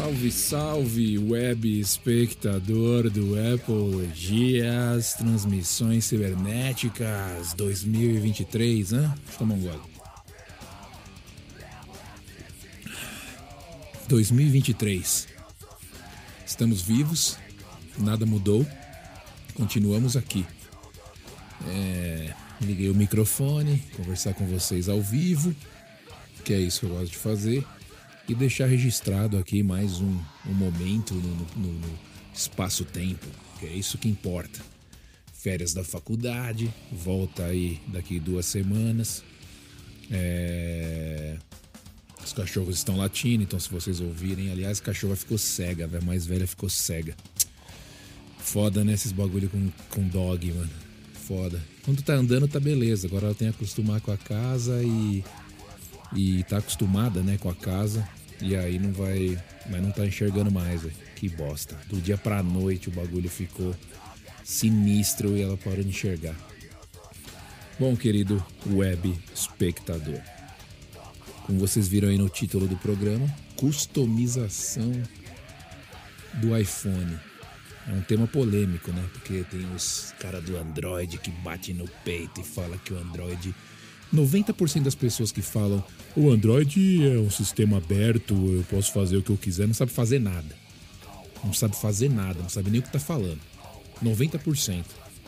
Salve, salve, web espectador do Apple Dias, transmissões cibernéticas 2023, né? Toma um gole. 2023. Estamos vivos, nada mudou, continuamos aqui. Liguei o microfone, conversar com vocês ao vivo, que é isso que eu gosto de fazer, e deixar registrado aqui mais um momento no espaço-tempo, que é isso que importa. Férias da faculdade, volta aí daqui 2 semanas. Os cachorros estão latindo, então se vocês ouvirem, aliás, a cachorra ficou cega, a mais velha ficou cega. Foda, né, esses bagulho com dog, mano. Foda. Quando tá andando, tá beleza. Agora ela tem que acostumar com a casa e tá acostumada, né, com a casa. E aí não vai... Mas não tá enxergando mais, velho. Que bosta. Do dia pra noite o bagulho ficou sinistro e ela parou de enxergar. Bom, querido web espectador, como vocês viram aí no título do programa, customização do iPhone. É um tema polêmico, né? Porque tem os caras do Android que batem no peito e falam que o Android... 90% das pessoas que falam o Android é um sistema aberto, eu posso fazer o que eu quiser, não sabe fazer nada. Não sabe fazer nada, não sabe nem o que tá falando. 90%.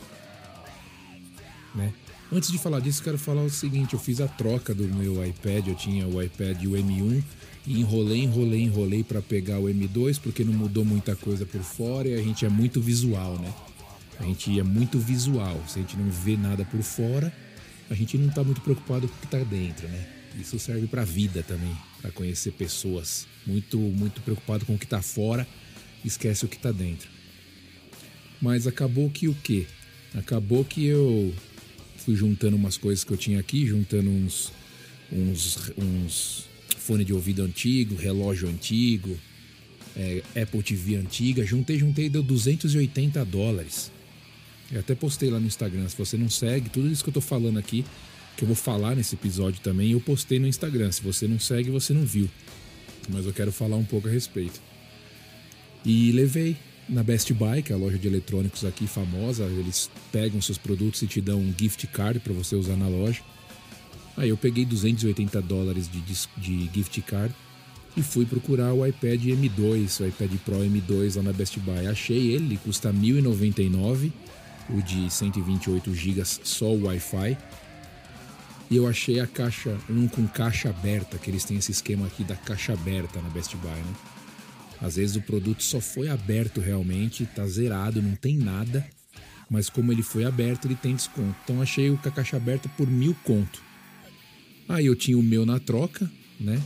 Né? Antes de falar disso, quero falar o seguinte, eu fiz a troca do meu iPad, eu tinha o iPad e o M1 e enrolei para pegar o M2 porque não mudou muita coisa por fora e a gente é muito visual, né? A gente é muito visual, se a gente não vê nada por fora, a gente não tá muito preocupado com o que tá dentro, né? Isso serve pra vida também, pra conhecer pessoas. Muito preocupado com o que tá fora, esquece o que tá dentro. Mas acabou que o quê? Acabou que eu fui juntando umas coisas que eu tinha aqui, juntando uns fone de ouvido antigo, relógio antigo, Apple TV antiga, juntei, deu $280. Eu até postei lá no Instagram, se você não segue, tudo isso que eu tô falando aqui, que eu vou falar nesse episódio também, eu postei no Instagram. Se você não segue, você não viu. Mas eu quero falar um pouco a respeito. E levei na Best Buy, que é a loja de eletrônicos aqui famosa, eles pegam seus produtos e te dão um gift card para você usar na loja. Aí eu peguei $280 de gift card e fui procurar o iPad M2, o iPad Pro M2 lá na Best Buy. Achei ele custa R$1.099, o de 128 GB só o Wi-Fi. E eu achei a caixa, com caixa aberta, que eles têm esse esquema aqui da caixa aberta na Best Buy, né? Às vezes o produto só foi aberto realmente, tá zerado, não tem nada, mas como ele foi aberto, ele tem desconto. Então achei com a caixa aberta por R$1.000 conto. Aí eu tinha o meu na troca, né?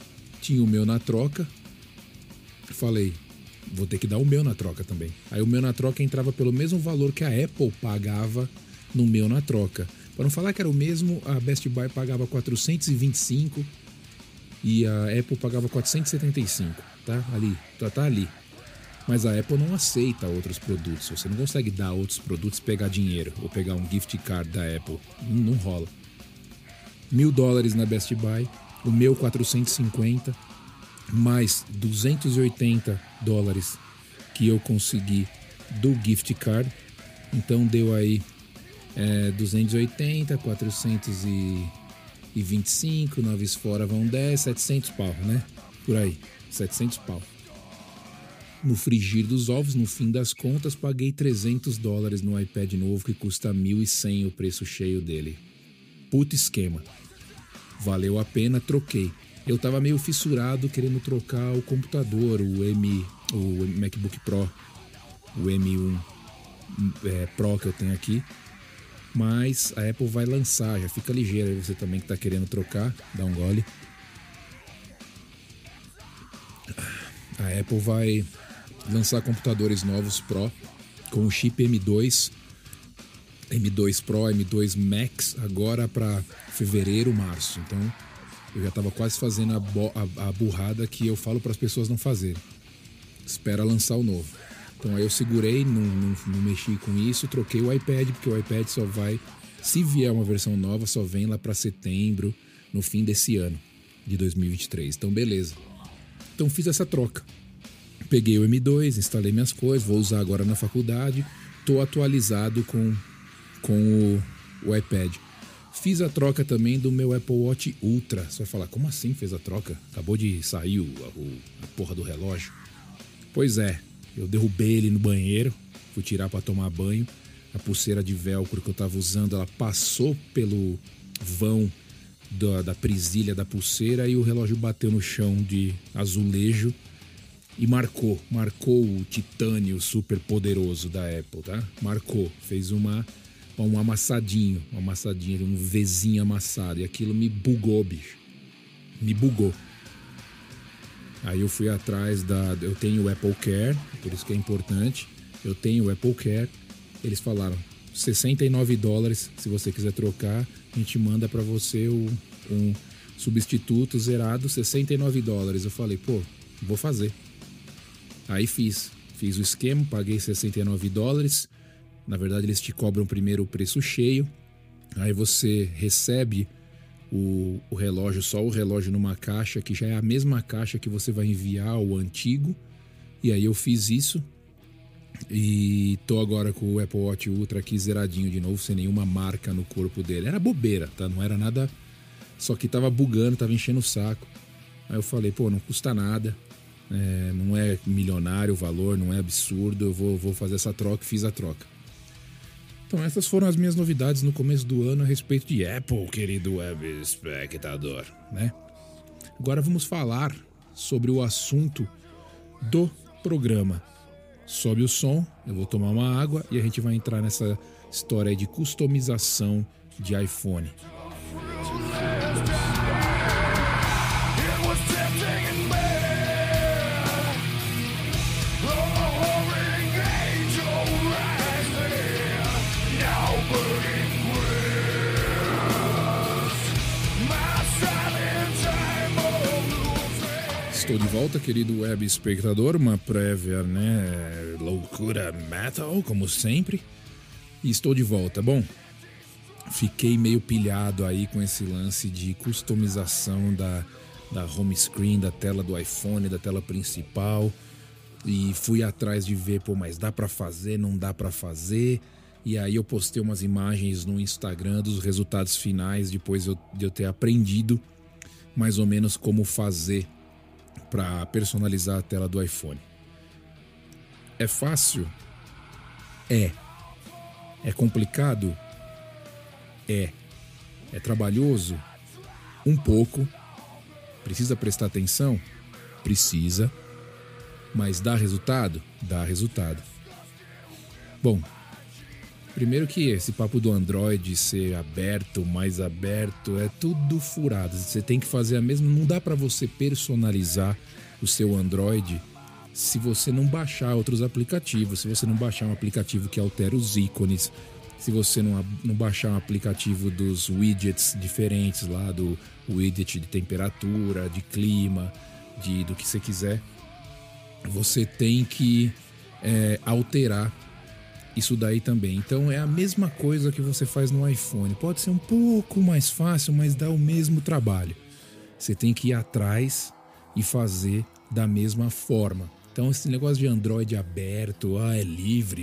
Falei, vou ter que dar o meu na troca também. Aí o meu na troca entrava pelo mesmo valor que a Apple pagava no meu na troca. Para não falar que era o mesmo, a Best Buy pagava 425 e a Apple pagava 475, tá? Tá ali. Mas a Apple não aceita outros produtos. Você não consegue dar outros produtos e pegar dinheiro ou pegar um gift card da Apple. Não rola. $1.000 na Best Buy, o meu 450, mais $280 que eu consegui do gift card. Então deu aí 280, 425, 9 fora vão 10, 700 pau, né? Por aí, 700 pau. No frigir dos ovos, no fim das contas, paguei $300 no iPad novo que custa 1.100 o preço cheio dele. Puta esquema. Valeu a pena, troquei. Eu tava meio fissurado querendo trocar o computador, o MacBook Pro, o M1 Pro que eu tenho aqui. Mas a Apple vai lançar, já fica ligeiro aí você também que tá querendo trocar, dá um gole. A Apple vai lançar computadores novos Pro com o chip M2 Pro, M2 Max agora para fevereiro, março. Então eu já tava quase fazendo a burrada que eu falo para as pessoas não fazerem. Espera lançar o novo. Então aí eu segurei, não mexi com isso, troquei o iPad, porque o iPad só vai, se vier uma versão nova, só vem lá para setembro, no fim desse ano, de 2023. Então beleza. Então fiz essa troca. Peguei o M2, instalei minhas coisas, vou usar agora na faculdade. Tô atualizado com o iPad. Fiz a troca também do meu Apple Watch Ultra. Você vai falar, como assim fez a troca? Acabou de sair a porra do relógio. Pois é, eu derrubei ele no banheiro, fui tirar para tomar banho. A pulseira de velcro que eu tava usando, ela passou pelo vão da presilha da pulseira e o relógio bateu no chão de azulejo e marcou o titânio super poderoso da Apple, tá? Marcou, fez um amassadinho, um Vzinho amassado, e aquilo me bugou, bicho. Me bugou. Aí eu fui atrás eu tenho o Apple Care, por isso que é importante. Eu tenho o Apple Care. Eles falaram, $69, se você quiser trocar, a gente manda pra você um substituto zerado, $69. Eu falei, pô, vou fazer. Aí fiz o esquema, paguei $69. Na verdade, eles te cobram primeiro o preço cheio. Aí você recebe o relógio, só o relógio numa caixa, que já é a mesma caixa que você vai enviar o antigo. E aí eu fiz isso. E tô agora com o Apple Watch Ultra aqui zeradinho de novo, sem nenhuma marca no corpo dele. Era bobeira, tá? Não era nada... Só que tava bugando, tava enchendo o saco. Aí eu falei, pô, não custa nada. Não é milionário o valor, não é absurdo. Eu vou fazer essa troca, fiz a troca. Então essas foram as minhas novidades no começo do ano a respeito de Apple, querido web espectador, né? Agora vamos falar sobre o assunto do programa. Sobe o som, eu vou tomar uma água e a gente vai entrar nessa história aí de customização de iPhone. Estou de volta, querido web espectador, uma prévia, né, loucura metal, como sempre, e estou de volta. Bom, fiquei meio pilhado aí com esse lance de customização da home screen, da tela do iPhone, da tela principal, e fui atrás de ver, pô, mas dá pra fazer, não dá pra fazer, e aí eu postei umas imagens no Instagram dos resultados finais, depois de eu ter aprendido mais ou menos como fazer para personalizar a tela do iPhone. É fácil? É. É complicado? É. É trabalhoso? Um pouco. Precisa prestar atenção? Precisa. Mas dá resultado? Dá resultado. Bom, primeiro que esse papo do Android ser aberto, mais aberto, é tudo furado. Você tem que fazer a mesma... Não dá para você personalizar o seu Android se você não baixar outros aplicativos, se você não baixar um aplicativo que altera os ícones, se você não baixar um aplicativo dos widgets diferentes lá, do widget de temperatura, de clima, do que você quiser. Você tem que alterar isso daí também. Então é a mesma coisa que você faz no iPhone. Pode ser um pouco mais fácil, mas dá o mesmo trabalho. Você tem que ir atrás e fazer da mesma forma. Então esse negócio de Android aberto, é livre,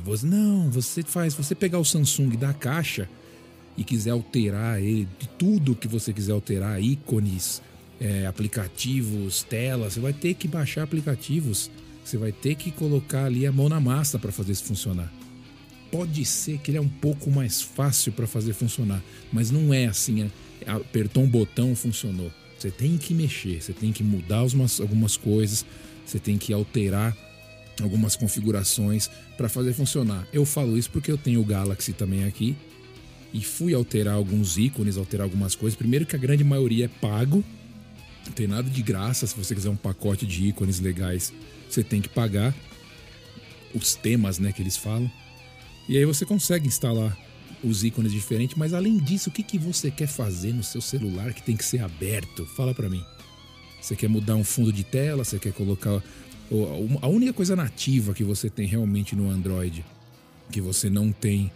você pegar o Samsung da caixa e quiser alterar ele, de tudo que você quiser alterar, ícones, aplicativos, telas, você vai ter que baixar aplicativos, você vai ter que colocar ali a mão na massa para fazer isso funcionar. Pode ser que ele é um pouco mais fácil para fazer funcionar, mas não é assim, apertou um botão, funcionou. Você tem que mexer, você tem que mudar algumas coisas, você tem que alterar algumas configurações para fazer funcionar. Eu falo isso porque eu tenho o Galaxy também aqui e fui alterar alguns ícones, alterar algumas coisas. Primeiro que a grande maioria é pago, não tem nada de graça. Se você quiser um pacote de ícones legais, você tem que pagar os temas, né, que eles falam. E aí você consegue instalar os ícones diferentes, mas além disso, o que você quer fazer no seu celular que tem que ser aberto? Fala pra mim. Você quer mudar um fundo de tela? Você quer colocar... A única coisa nativa que você tem realmente no Android, que você não tem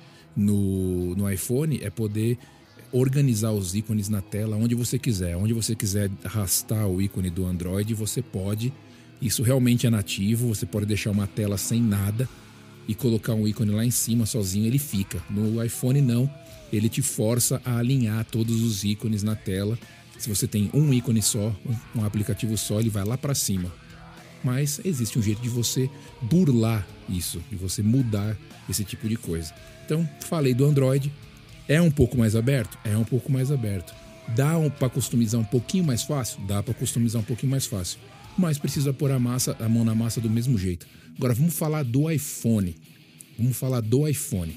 no iPhone, é poder organizar os ícones na tela onde você quiser. Onde você quiser arrastar o ícone do Android, você pode Isso realmente é nativo, você pode deixar uma tela sem nada e colocar um ícone lá em cima sozinho, ele fica. No iPhone não, ele te força a alinhar todos os ícones na tela. Se você tem um ícone só, um aplicativo só, ele vai lá para cima. Mas existe um jeito de você burlar isso, de você mudar esse tipo de coisa. Então, falei do Android, é um pouco mais aberto? É um pouco mais aberto. Dá para customizar um pouquinho mais fácil? Dá para customizar um pouquinho mais fácil. Mas precisa pôr a mão na massa do mesmo jeito. Agora vamos falar do iPhone. Vamos falar do iPhone.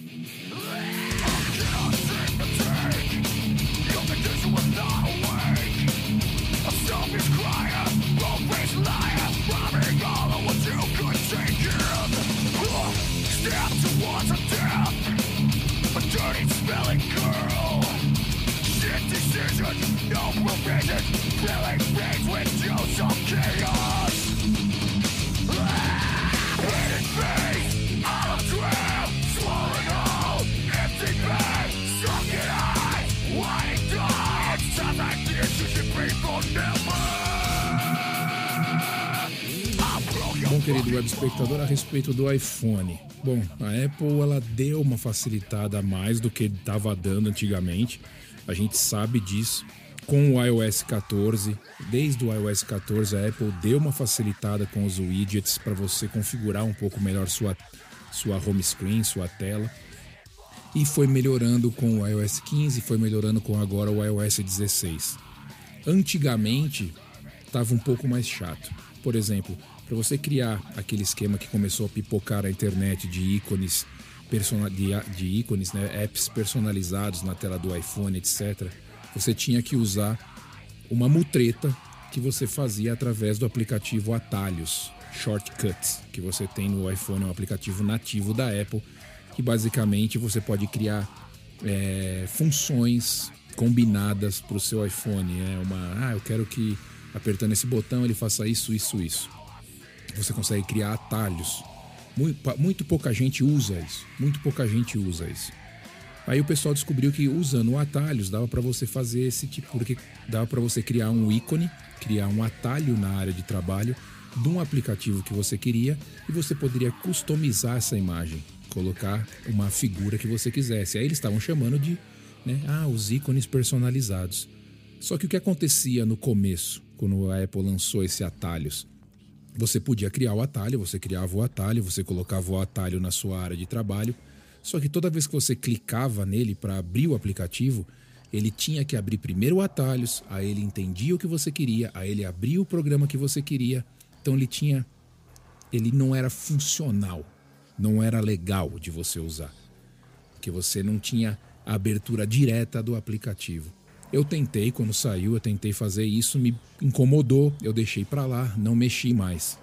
Bom, querido web espectador, a respeito do iPhone. Bom, a Apple ela deu uma facilitada a mais do que estava dando antigamente. A gente sabe disso. Com o iOS 14, desde o iOS 14, a Apple deu uma facilitada com os widgets para você configurar um pouco melhor sua home screen, sua tela. E foi melhorando com o iOS 15, foi melhorando com agora o iOS 16. Antigamente, estava um pouco mais chato. Por exemplo, para você criar aquele esquema que começou a pipocar a internet de ícones, né, apps personalizados na tela do iPhone, etc., você tinha que usar uma mutreta que você fazia através do aplicativo Atalhos, Shortcuts, que você tem no iPhone, é um aplicativo nativo da Apple, que basicamente você pode criar funções combinadas para o seu iPhone. Eu quero que apertando esse botão ele faça isso, isso, isso. Você consegue criar atalhos. Muito pouca gente usa isso. Muito pouca gente usa isso. Aí o pessoal descobriu que usando atalhos dava para você fazer esse tipo, porque dava para você criar um ícone, criar um atalho na área de trabalho de um aplicativo que você queria e você poderia customizar essa imagem, colocar uma figura que você quisesse. Aí eles estavam chamando de, os ícones personalizados. Só que o que acontecia no começo, quando a Apple lançou esse atalhos? Você podia criar o atalho, você criava o atalho, você colocava o atalho na sua área de trabalho, só que toda vez que você clicava nele para abrir o aplicativo, ele tinha que abrir primeiro o atalhos, aí ele entendia o que você queria, aí ele abria o programa que você queria, então ele não era funcional, não era legal de você usar, porque você não tinha a abertura direta do aplicativo. Eu tentei, quando saiu, fazer isso, me incomodou, eu deixei para lá, não mexi mais.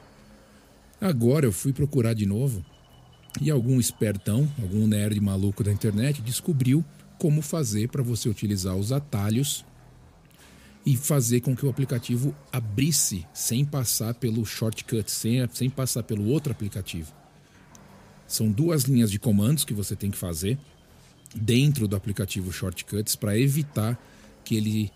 Agora eu fui procurar de novo e algum espertão, algum nerd maluco da internet descobriu como fazer para você utilizar os atalhos e fazer com que o aplicativo abrisse sem passar pelo shortcut, sem passar pelo outro aplicativo. São 2 linhas de comandos que você tem que fazer dentro do aplicativo Shortcuts para evitar que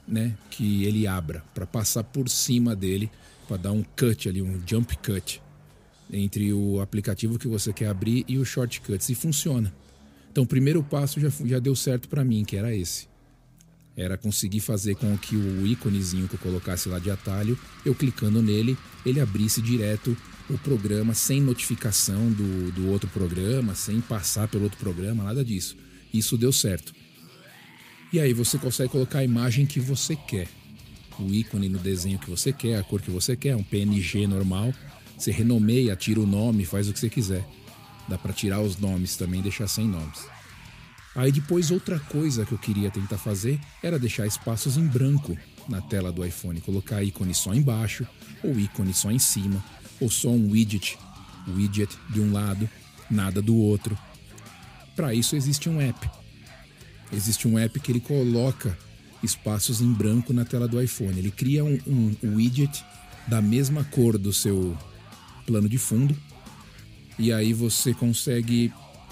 ele abra, para passar por cima dele, para dar um cut ali, um jump cut entre o aplicativo que você quer abrir e o Shortcuts, e funciona. Então o primeiro passo já deu certo para mim, que era esse. Era conseguir fazer com que o íconezinho que eu colocasse lá de atalho, eu clicando nele, ele abrisse direto o programa sem notificação do outro programa, sem passar pelo outro programa, nada disso. Isso deu certo. E aí você consegue colocar a imagem que você quer. O ícone no desenho que você quer, a cor que você quer, um PNG normal. Você renomeia, tira o nome, faz o que você quiser. Dá para tirar os nomes também, deixar sem nomes. Aí depois outra coisa que eu queria tentar fazer era deixar espaços em branco na tela do iPhone. Colocar ícone só embaixo, ou ícone só em cima, ou só um widget de um lado, nada do outro. Para isso existe um app. Existe um app que ele coloca espaços em branco na tela do iPhone. Ele cria um widget da mesma cor do seu plano de fundo. E aí você consegue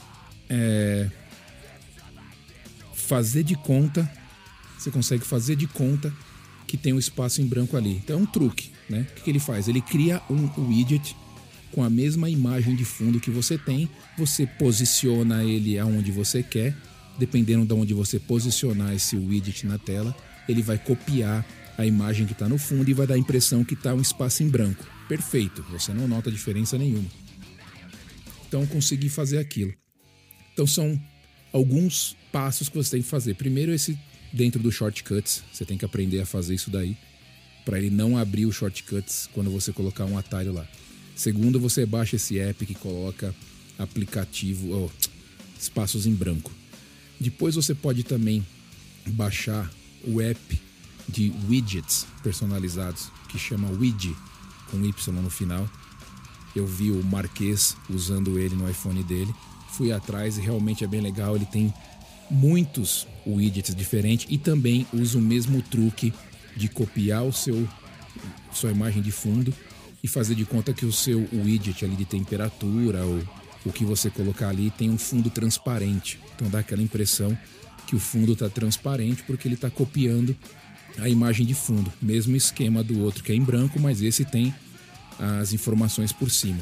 fazer de conta. Você consegue fazer de conta que tem um espaço em branco ali. Então é um truque. né? O que ele faz? Ele cria um widget com a mesma imagem de fundo que você tem, você posiciona ele aonde você quer, dependendo de onde você posicionar esse widget na tela, ele vai copiar a imagem que está no fundo e vai dar a impressão que está um espaço em branco. Perfeito, você não nota diferença nenhuma. Então, consegui fazer aquilo. Então, são alguns passos que você tem que fazer. Primeiro, esse dentro do Shortcuts, você tem que aprender a fazer isso daí, para ele não abrir o Shortcuts quando você colocar um atalho lá. Segundo, você baixa esse app que coloca aplicativo, espaços em branco. Depois você pode também baixar o app de widgets personalizados, que chama Widgy, com Y no final. Eu vi o Marquês usando ele no iPhone dele. Fui atrás e realmente é bem legal. Ele tem muitos widgets diferentes e também usa o mesmo truque de copiar sua imagem de fundo e fazer de conta que o seu widget ali de temperatura ou o que você colocar ali tem um fundo transparente. Então dá aquela impressão que o fundo está transparente porque ele está copiando a imagem de fundo. Mesmo esquema do outro que é em branco, mas esse tem as informações por cima.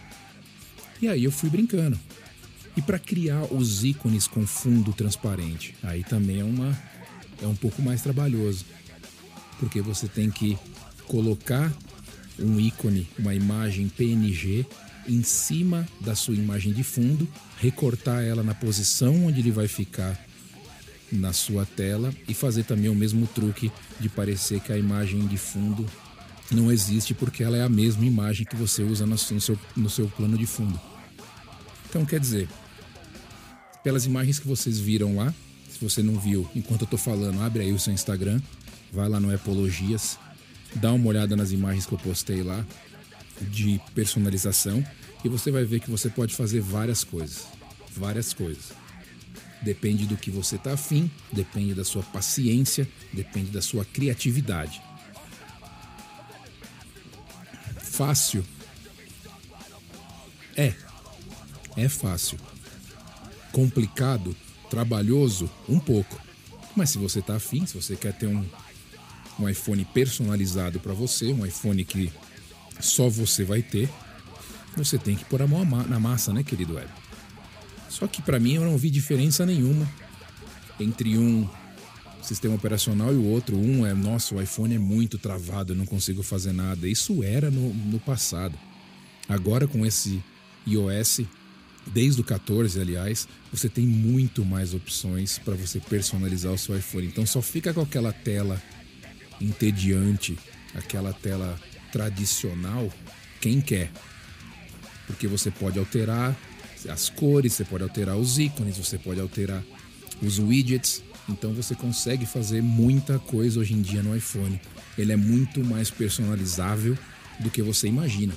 E aí eu fui brincando. E para criar os ícones com fundo transparente, aí também é um pouco mais trabalhoso. Porque você tem que colocar um ícone, uma imagem PNG em cima da sua imagem de fundo, recortar ela na posição onde ele vai ficar na sua tela e fazer também o mesmo truque de parecer que a imagem de fundo não existe porque ela é a mesma imagem que você usa no seu plano de fundo. Então, quer dizer, pelas imagens que vocês viram lá, se você não viu, enquanto eu tô falando, abre aí o seu Instagram, vai lá no Apologias, dá uma olhada nas imagens que eu postei lá de personalização e você vai ver que você pode fazer várias coisas. Depende do que você tá afim, depende da sua paciência, depende da sua criatividade. Fácil? É fácil. Complicado? Trabalhoso? Um pouco. Mas se você tá afim, se você quer ter um iPhone personalizado para você, um iPhone que só você vai ter, você tem que pôr a mão na massa, né, querido Web? Só que para mim eu não vi diferença nenhuma entre um sistema operacional e o outro. Nossa, o iPhone é muito travado, eu não consigo fazer nada. Isso era no passado. Agora com esse iOS, desde o 14, aliás, você tem muito mais opções para você personalizar o seu iPhone. Então só fica com aquela tela entediante, aquela tela tradicional, quem quer. Porque você pode alterar as cores, você pode alterar os ícones, você pode alterar os widgets. Então você consegue fazer muita coisa hoje em dia no iPhone. Ele é muito mais personalizável do que você imagina.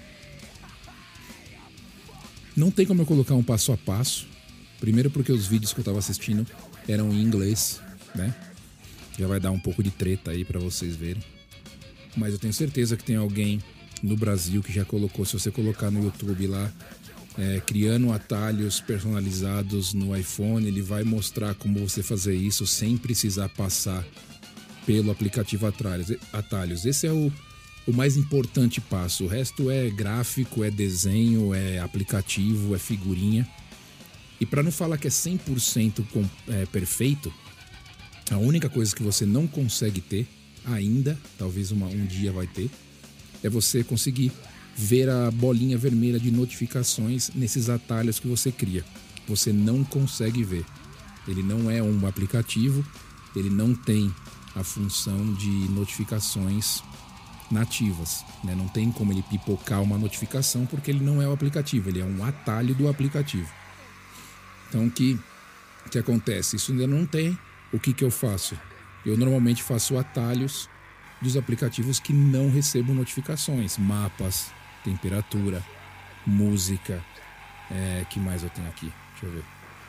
Não tem como eu colocar um passo a passo. Primeiro porque os vídeos que eu estava assistindo eram em inglês, né? Já vai dar um pouco de treta aí para vocês verem. Mas eu tenho certeza que tem alguém no Brasil que já colocou. Se você colocar no YouTube lá, criando atalhos personalizados no iPhone, ele vai mostrar como você fazer isso sem precisar passar pelo aplicativo atalhos. Esse é o mais importante passo. O resto é gráfico, é desenho, é aplicativo, é figurinha. E para não falar que é 100% perfeito, a única coisa que você não consegue ter ainda, talvez um dia vai ter, é você conseguir ver a bolinha vermelha de notificações nesses atalhos que você cria. Você não consegue ver. Ele não é um aplicativo, ele não tem a função de notificações nativas, né? Não tem como ele pipocar uma notificação porque ele não é o aplicativo, ele é um atalho do aplicativo. Então o que acontece? Isso ainda não tem. O que eu faço? Eu normalmente faço atalhos dos aplicativos que não recebam notificações. Mapas, temperatura, música, que mais eu tenho aqui? Deixa eu ver.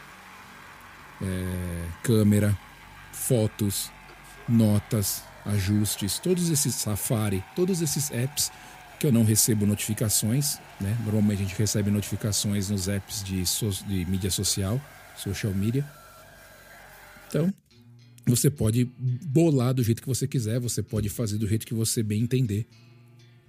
Câmera, fotos, notas, ajustes, todos esses Safari, todos esses apps que eu não recebo notificações, né? Normalmente a gente recebe notificações nos apps de mídia social, social media. Então, você pode bolar do jeito que você quiser, você pode fazer do jeito que você bem entender.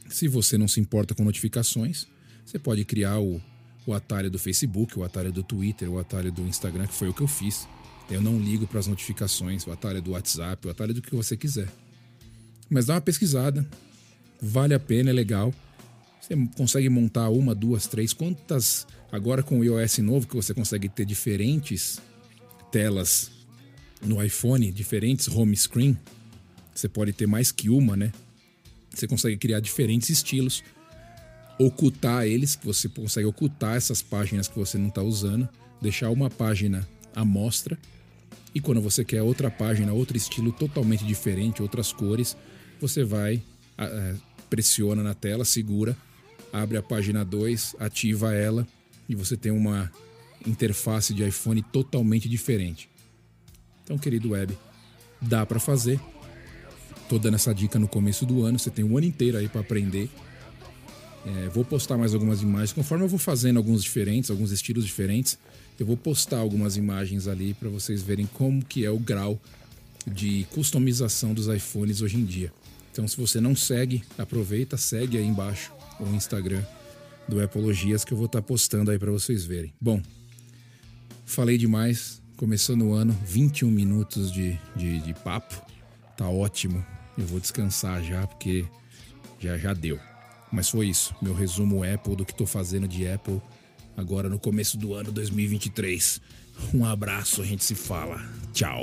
Se você não se importa com notificações, você pode criar o atalho do Facebook, o atalho do Twitter, o atalho do Instagram, que foi o que eu fiz. Eu não ligo para as notificações, o atalho do WhatsApp, o atalho do que você quiser. Mas dá uma pesquisada, vale a pena, é legal. Você consegue montar 1, 2, 3, quantas... Agora com o iOS novo, que você consegue ter diferentes telas no iPhone, diferentes home screen, você pode ter mais que uma, né? Você consegue criar diferentes estilos, ocultar eles, que você consegue ocultar essas páginas que você não está usando, deixar uma página à mostra, e quando você quer outra página, outro estilo totalmente diferente, outras cores, você vai, pressiona na tela, segura, abre a página 2, ativa ela, e você tem uma interface de iPhone totalmente diferente. Então, querido web, dá para fazer. Tô dando essa dica no começo do ano, você tem um ano inteiro aí para aprender. Vou postar mais algumas imagens, conforme eu vou fazendo alguns estilos diferentes, eu vou postar algumas imagens ali para vocês verem como que é o grau de customização dos iPhones hoje em dia. Então, se você não segue, aproveita, segue aí embaixo o Instagram do Appologias, que eu vou estar postando aí para vocês verem. Bom, falei demais, começando o ano, 21 minutos de papo, tá ótimo. Eu vou descansar já, porque já deu. Mas foi isso, meu resumo Apple do que tô fazendo de Apple agora no começo do ano 2023. Um abraço, a gente se fala. Tchau.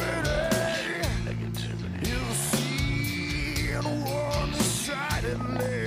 Negativity. You see, and one-sided